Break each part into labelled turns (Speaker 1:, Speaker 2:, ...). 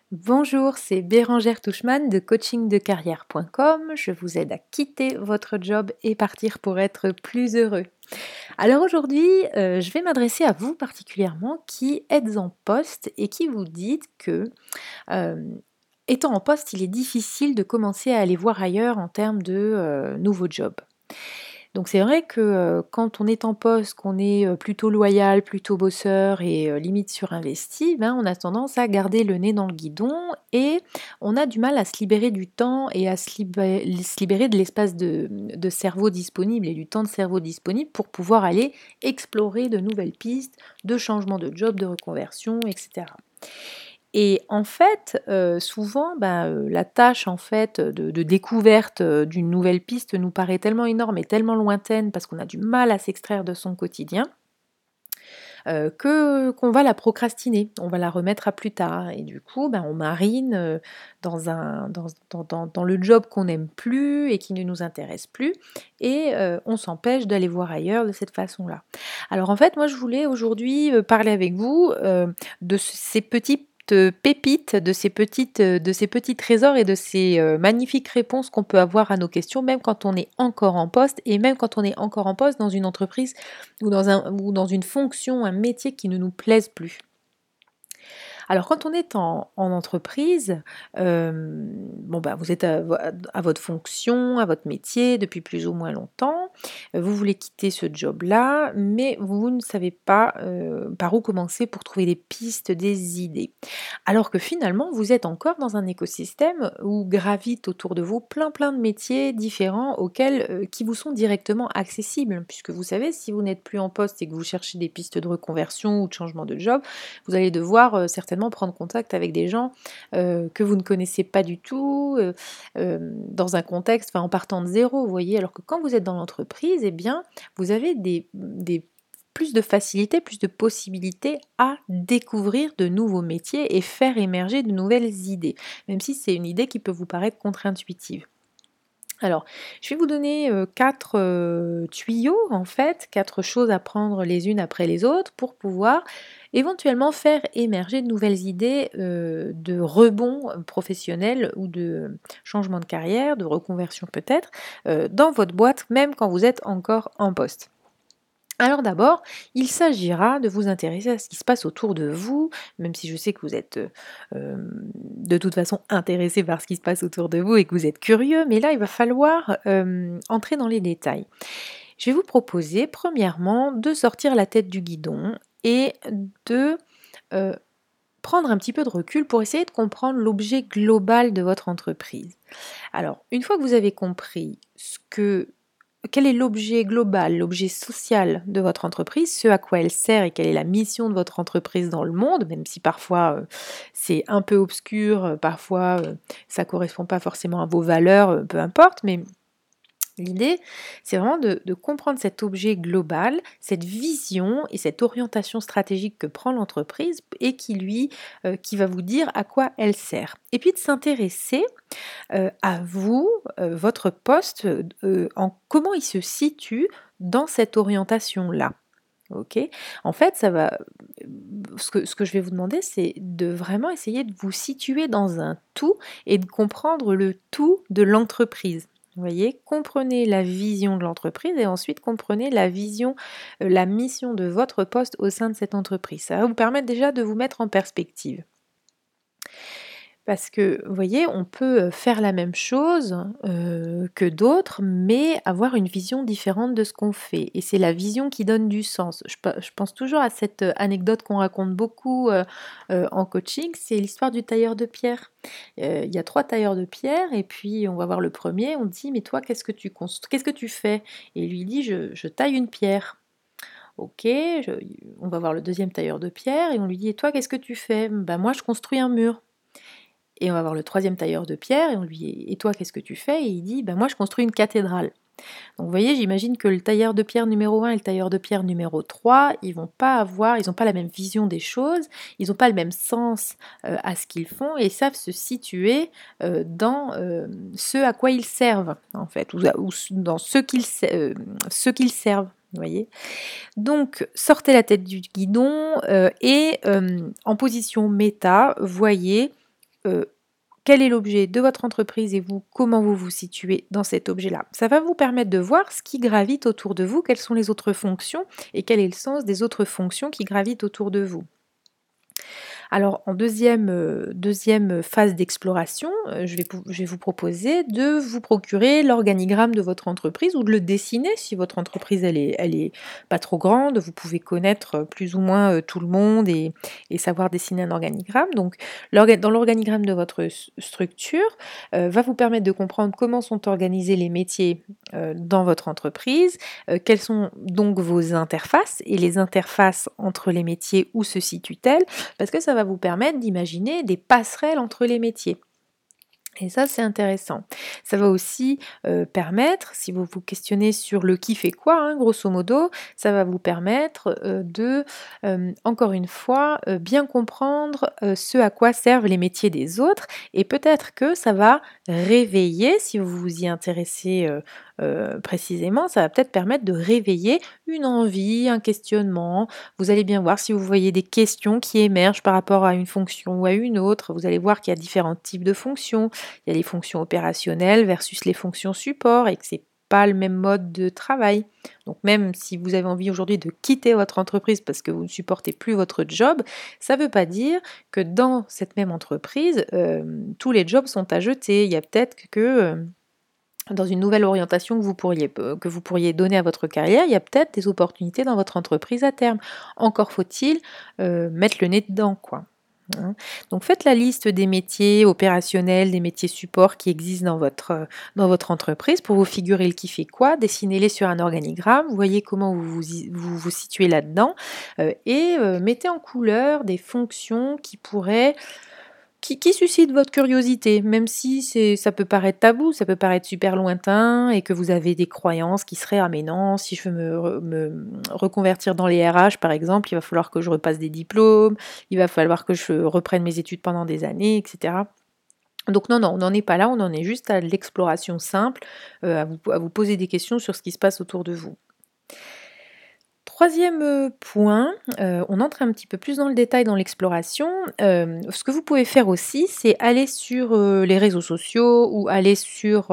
Speaker 1: Bonjour, c'est Bérangère Touchman de coachingdecarrière.com. Je vous aide à quitter votre job et partir pour être plus heureux. Alors aujourd'hui, je vais m'adresser à vous particulièrement qui êtes en poste et qui vous dites que, hem, étant en poste, il est difficile de commencer à aller voir ailleurs en termes de, nouveaux jobs. Donc c'est vrai que, quand on est en poste, qu'on est, plutôt loyal, plutôt bosseur et limite surinvesti, ben, on a tendance à garder le nez dans le guidon et on a du mal à se libérer du temps et à se libérer de l'espace de cerveau disponible et du temps de cerveau disponible pour pouvoir aller explorer de nouvelles pistes, de changement de job, de reconversion et cetera. Et en fait, souvent, la tâche en fait, de découverte, d'une nouvelle piste nous paraît tellement énorme et tellement lointaine parce qu'on a du mal à s'extraire de son quotidien, que qu'on va la procrastiner. On va la remettre à plus tard et du coup, on marine, dans le job qu'on n'aime plus et qui ne nous intéresse plus et on s'empêche d'aller voir ailleurs de cette façon-là. Alors en fait, moi je voulais aujourd'hui, parler avec vous, de ces petites pépites, de ces petits trésors et de ces, magnifiques réponses qu'on peut avoir à nos questions, même quand on est encore en poste et même quand on est encore en poste dans une entreprise ou dans une fonction, un métier qui ne nous plaise plus. Alors quand on est en entreprise, vous êtes à votre fonction, à votre métier depuis plus ou moins longtemps, vous voulez quitter ce job-là, mais vous ne savez pas, par où commencer pour trouver des pistes, des idées. Alors que finalement, vous êtes encore dans un écosystème où gravitent autour de vous plein de métiers différents qui vous sont directement accessibles. Puisque vous savez, si vous n'êtes plus en poste et que vous cherchez des pistes de reconversion ou de changement de job, vous allez devoir certainement prendre contact avec des gens que vous ne connaissez pas du tout, dans un contexte, en partant de zéro, vous voyez. Alors que quand vous êtes dans l'entreprise, eh bien, vous avez plus de facilité, plus de possibilités à découvrir de nouveaux métiers et faire émerger de nouvelles idées, même si c'est une idée qui peut vous paraître contre-intuitive. Alors, je vais vous donner 4 tuyaux en fait, 4 choses à prendre les unes après les autres pour pouvoir éventuellement faire émerger de nouvelles idées, de rebond professionnel ou de changement de carrière, de reconversion peut-être, dans votre boîte, même quand vous êtes encore en poste. Alors d'abord, il s'agira de vous intéresser à ce qui se passe autour de vous, même si je sais que vous êtes de toute façon intéressé par ce qui se passe autour de vous et que vous êtes curieux, mais là il va falloir entrer dans les détails. Je vais vous proposer premièrement de sortir la tête du guidon et de euh, prendre un petit peu de recul pour essayer de comprendre l'objet global de votre entreprise. Alors, une fois que vous avez compris quel est l'objet global, l'objet social de votre entreprise, ce à quoi elle sert et quelle est la mission de votre entreprise dans le monde, même si parfois c'est un peu obscur, parfois ça ne correspond pas forcément à vos valeurs, peu importe, mais l'idée, c'est vraiment de comprendre cet objet global, cette vision et cette orientation stratégique que prend l'entreprise et qui va vous dire à quoi elle sert. Et puis de s'intéresser à vous, votre poste, en comment il se situe dans cette orientation-là. OK? En fait, ce que je vais vous demander, c'est de vraiment essayer de vous situer dans un tout et de comprendre le tout de l'entreprise. Vous voyez? Comprenez la vision de l'entreprise et ensuite comprenez la vision, la mission de votre poste au sein de cette entreprise. Ça va vous permettre déjà de vous mettre en perspective. Parce que, vous voyez, on peut, faire la même chose, que d'autres, mais avoir une vision différente de ce qu'on fait et c'est la vision qui donne du sens. Je pense toujours à cette, anecdote qu'on raconte beaucoup, en coaching, c'est l'histoire du tailleur de pierre. Il y a 3 tailleurs de pierre et puis on va voir le premier. On dit: «Mais toi, qu'est-ce que tu fais?» Et lui dit: «Je taille une pierre». OK, on va voir le deuxième tailleur de pierre et on lui dit: «Et toi, qu'est-ce que tu fais?» «Bah, moi, je construis un mur». Et on va voir le troisième tailleur de pierre et on lui dit: «Et toi, qu'est-ce que tu fais?» Et il dit: «Ben moi, je construis une cathédrale». Donc vous voyez, j'imagine que le tailleur de pierre numéro 1 et le tailleur de pierre numéro 3, ils n'ont pas la même vision des choses, ils n'ont pas le même sens, à ce qu'ils font et ils savent se situer, dans, ce à quoi ils servent, en fait, dans ce qu'ils servent, vous voyez? Donc sortez la tête du guidon, et en position méta, voyez quel est l'objet de votre entreprise et vous, comment vous vous situez dans cet objet-là. Ça va vous permettre de voir ce qui gravite autour de vous, quelles sont les autres fonctions et quel est le sens des autres fonctions qui gravitent autour de vous. Alors en deuxième phase d'exploration, je vais vous proposer de vous procurer l'organigramme de votre entreprise ou de le dessiner si votre entreprise elle est pas trop grande. Vous pouvez connaître, plus ou moins, tout le monde et savoir dessiner un organigramme. Donc dans l'organigramme de votre structure, va vous permettre de comprendre comment sont organisés les métiers, dans votre entreprise, quelles sont donc vos interfaces et les interfaces entre les métiers, où se situent-elles? Parce que ça va vous permettre d'imaginer des passerelles entre les métiers. Et ça, c'est intéressant. Ça va aussi permettre, si vous vous questionnez sur le qui fait quoi, hein, grosso modo, ça va vous permettre encore une fois, bien comprendre ce à quoi servent les métiers des autres. Et peut-être que ça va réveiller, si vous vous y intéressez précisément, ça va peut-être permettre de réveiller une envie, un questionnement. Vous allez bien voir si vous voyez des questions qui émergent par rapport à une fonction ou à une autre. Vous allez voir qu'il y a différents types de fonctions. Il y a les fonctions opérationnelles versus les fonctions support et que c'est pas le même mode de travail. Donc même si vous avez envie aujourd'hui de quitter votre entreprise parce que vous ne supportez plus votre job, ça ne veut pas dire que dans cette même entreprise, tous les jobs sont à jeter. Il y a peut-être que dans une nouvelle orientation que vous pourriez donner à votre carrière, il y a peut-être des opportunités dans votre entreprise à terme. Encore faut-il mettre le nez dedans, quoi. Hein. Donc faites la liste des métiers opérationnels, des métiers support qui existent dans votre entreprise pour vous figurer le qui fait quoi, dessinez-les sur un organigramme, voyez comment vous situez là-dedans et mettez en couleur des fonctions qui suscitent votre curiosité, même si ça peut paraître tabou, ça peut paraître super lointain et que vous avez des croyances qui seraient ah mais non, si je veux me reconvertir dans les RH par exemple, il va falloir que je repasse des diplômes, il va falloir que je reprenne mes études pendant des années, etc. Donc non, on n'en est pas là, on en est juste à l'exploration simple, à vous poser des questions sur ce qui se passe autour de vous. Troisième point, on entre un petit peu plus dans le détail dans l'exploration. Ce que vous pouvez faire aussi, c'est aller sur, les réseaux sociaux ou aller sur,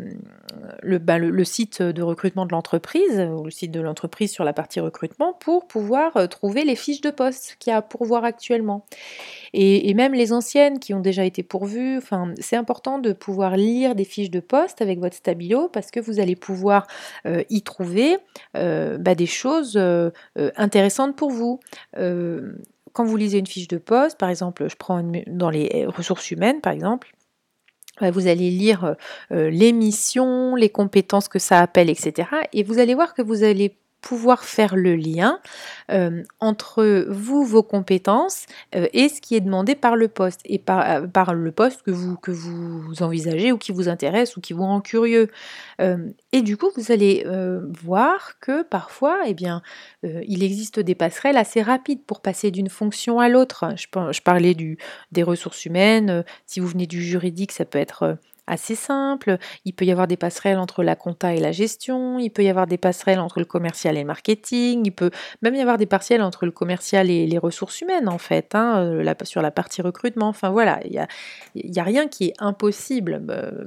Speaker 1: le site de recrutement de l'entreprise, ou le site de l'entreprise sur la partie recrutement pour pouvoir, trouver les fiches de poste qu'il y a à pourvoir actuellement. Et même les anciennes qui ont déjà été pourvues, enfin, c'est important de pouvoir lire des fiches de poste avec votre stabilo parce que vous allez pouvoir, y trouver, des choses, intéressantes pour vous. Quand vous lisez une fiche de poste, par exemple, je prends dans les ressources humaines, par exemple, vous allez lire, les missions, les compétences que ça appelle et cetera et vous allez voir que vous allez pouvoir faire le lien, entre vous, vos compétences, et ce qui est demandé par le poste et par le poste que vous envisagez ou qui vous intéresse ou qui vous rend curieux. Et du coup, vous allez, voir que parfois, eh bien, il existe des passerelles assez rapides pour passer d'une fonction à l'autre. Je parlais des ressources humaines, si vous venez du juridique, ça peut être, assez simple. Il peut y avoir des passerelles entre la compta et la gestion, il peut y avoir des passerelles entre le commercial et le marketing, il peut même y avoir des passerelles entre le commercial et les ressources humaines en fait, hein, sur la partie recrutement. Enfin voilà, il y a rien qui est impossible,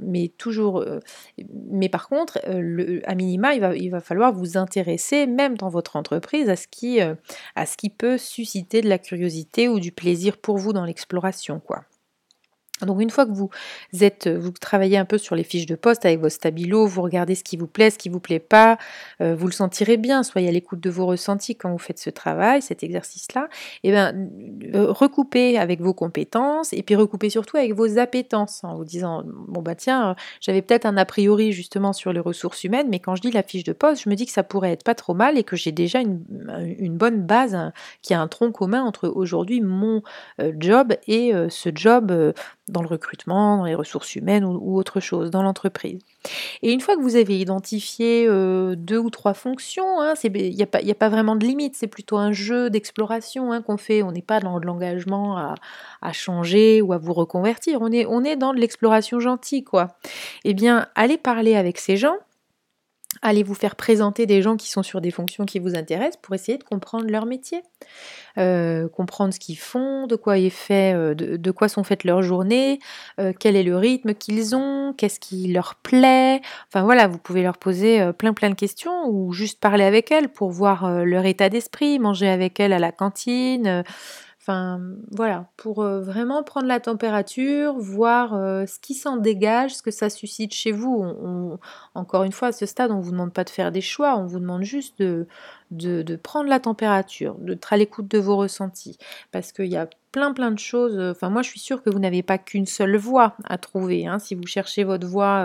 Speaker 1: mais par contre, à minima, il va falloir vous intéresser, même dans votre entreprise, à ce qui peut susciter de la curiosité ou du plaisir pour vous dans l'exploration, quoi. Donc une fois que vous travaillez un peu sur les fiches de poste avec vos stabilos, vous regardez ce qui vous plaît, ce qui vous plaît pas, vous le sentirez bien, soyez à l'écoute de vos ressentis quand vous faites ce travail, cet exercice-là, et ben recoupez avec vos compétences et puis recoupez surtout avec vos appétences en vous disant bon bah tiens, j'avais peut-être un a priori justement sur les ressources humaines, mais quand je lis la fiche de poste, je me dis que ça pourrait être pas trop mal et que j'ai déjà une bonne base, qui a un tronc commun entre aujourd'hui mon job et ce job dans le recrutement, dans les ressources humaines ou autre chose, dans l'entreprise. Et une fois que vous avez identifié 2 ou 3 fonctions, hein, il y a pas vraiment de limite, c'est plutôt un jeu d'exploration, hein, qu'on fait. On n'est pas dans de l'engagement à changer ou à vous reconvertir, on est dans de l'exploration gentille, quoi. Eh bien, allez parler avec ces gens Allez vous faire présenter des gens qui sont sur des fonctions qui vous intéressent pour essayer de comprendre leur métier. Comprendre ce qu'ils font, de quoi est fait, de quoi sont faites leurs journées, quel est le rythme qu'ils ont, qu'est-ce qui leur plaît. Enfin voilà, vous pouvez leur poser, plein de questions ou juste parler avec elles pour voir, leur état d'esprit, manger avec elles à la cantine, enfin voilà, pour, vraiment prendre la température, voir, ce qui s'en dégage, ce que ça suscite chez vous. Encore une fois, à ce stade, on vous demande pas de faire des choix, on vous demande juste de prendre la température, d'être à l'écoute de vos ressentis. Parce qu'il y a plein de choses, enfin moi je suis sûre que vous n'avez pas qu'une seule voie à trouver, hein. Si vous cherchez votre voie,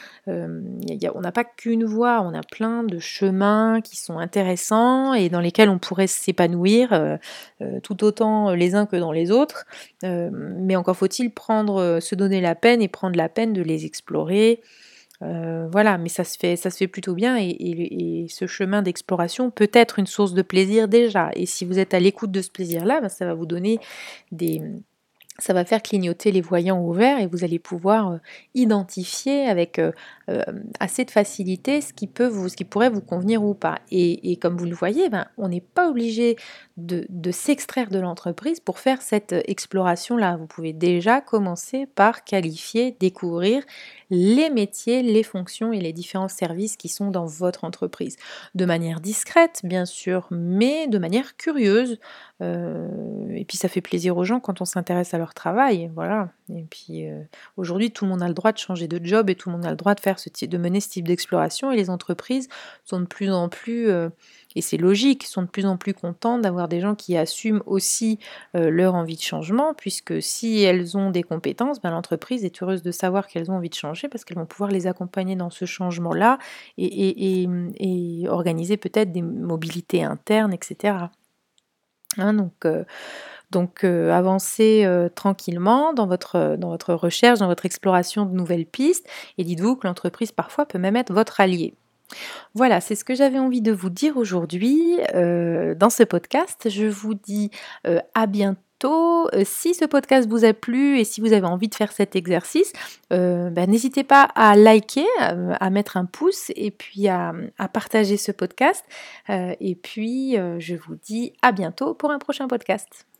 Speaker 1: on n'a pas qu'une voie, on a plein de chemins qui sont intéressants et dans lesquels on pourrait s'épanouir, tout autant les uns que dans les autres. Mais encore faut-il se donner la peine et prendre la peine de les explorer. Voilà, mais ça se fait plutôt bien et ce chemin d'exploration peut être une source de plaisir déjà et si vous êtes à l'écoute de ce plaisir-là, ça va vous donner des ça va faire clignoter les voyants au vert et vous allez pouvoir, identifier avec, assez de facilité ce qui pourrait vous convenir ou pas et comme vous le voyez, on n'est pas obligé de s'extraire de l'entreprise pour faire cette, exploration-là. Vous pouvez déjà commencer par qualifier, découvrir les métiers, les fonctions et les différents services qui sont dans votre entreprise. De manière discrète, bien sûr, mais de manière curieuse. Et puis ça fait plaisir aux gens quand on s'intéresse à leur travail, voilà. Et puis, aujourd'hui, tout le monde a le droit de changer de job et tout le monde a le droit de mener ce type d'exploration et les entreprises sont de plus en plus, et c'est logique, sont de plus en plus contentes d'avoir des gens qui assument aussi, leur envie de changement puisque si elles ont des compétences, l'entreprise est heureuse de savoir qu'elles ont envie de changer parce qu'elles vont pouvoir les accompagner dans ce changement-là et organiser peut-être des mobilités internes et cetera. Hein, donc avancez, tranquillement dans votre recherche, dans votre exploration de nouvelles pistes et dites-vous que l'entreprise parfois peut même être votre allié. Voilà, c'est ce que j'avais envie de vous dire aujourd'hui, dans ce podcast. Je vous dis, à bientôt. Si ce podcast vous a plu et si vous avez envie de faire cet exercice, n'hésitez pas à liker, à mettre un pouce et puis à partager ce podcast, et puis, je vous dis à bientôt pour un prochain podcast.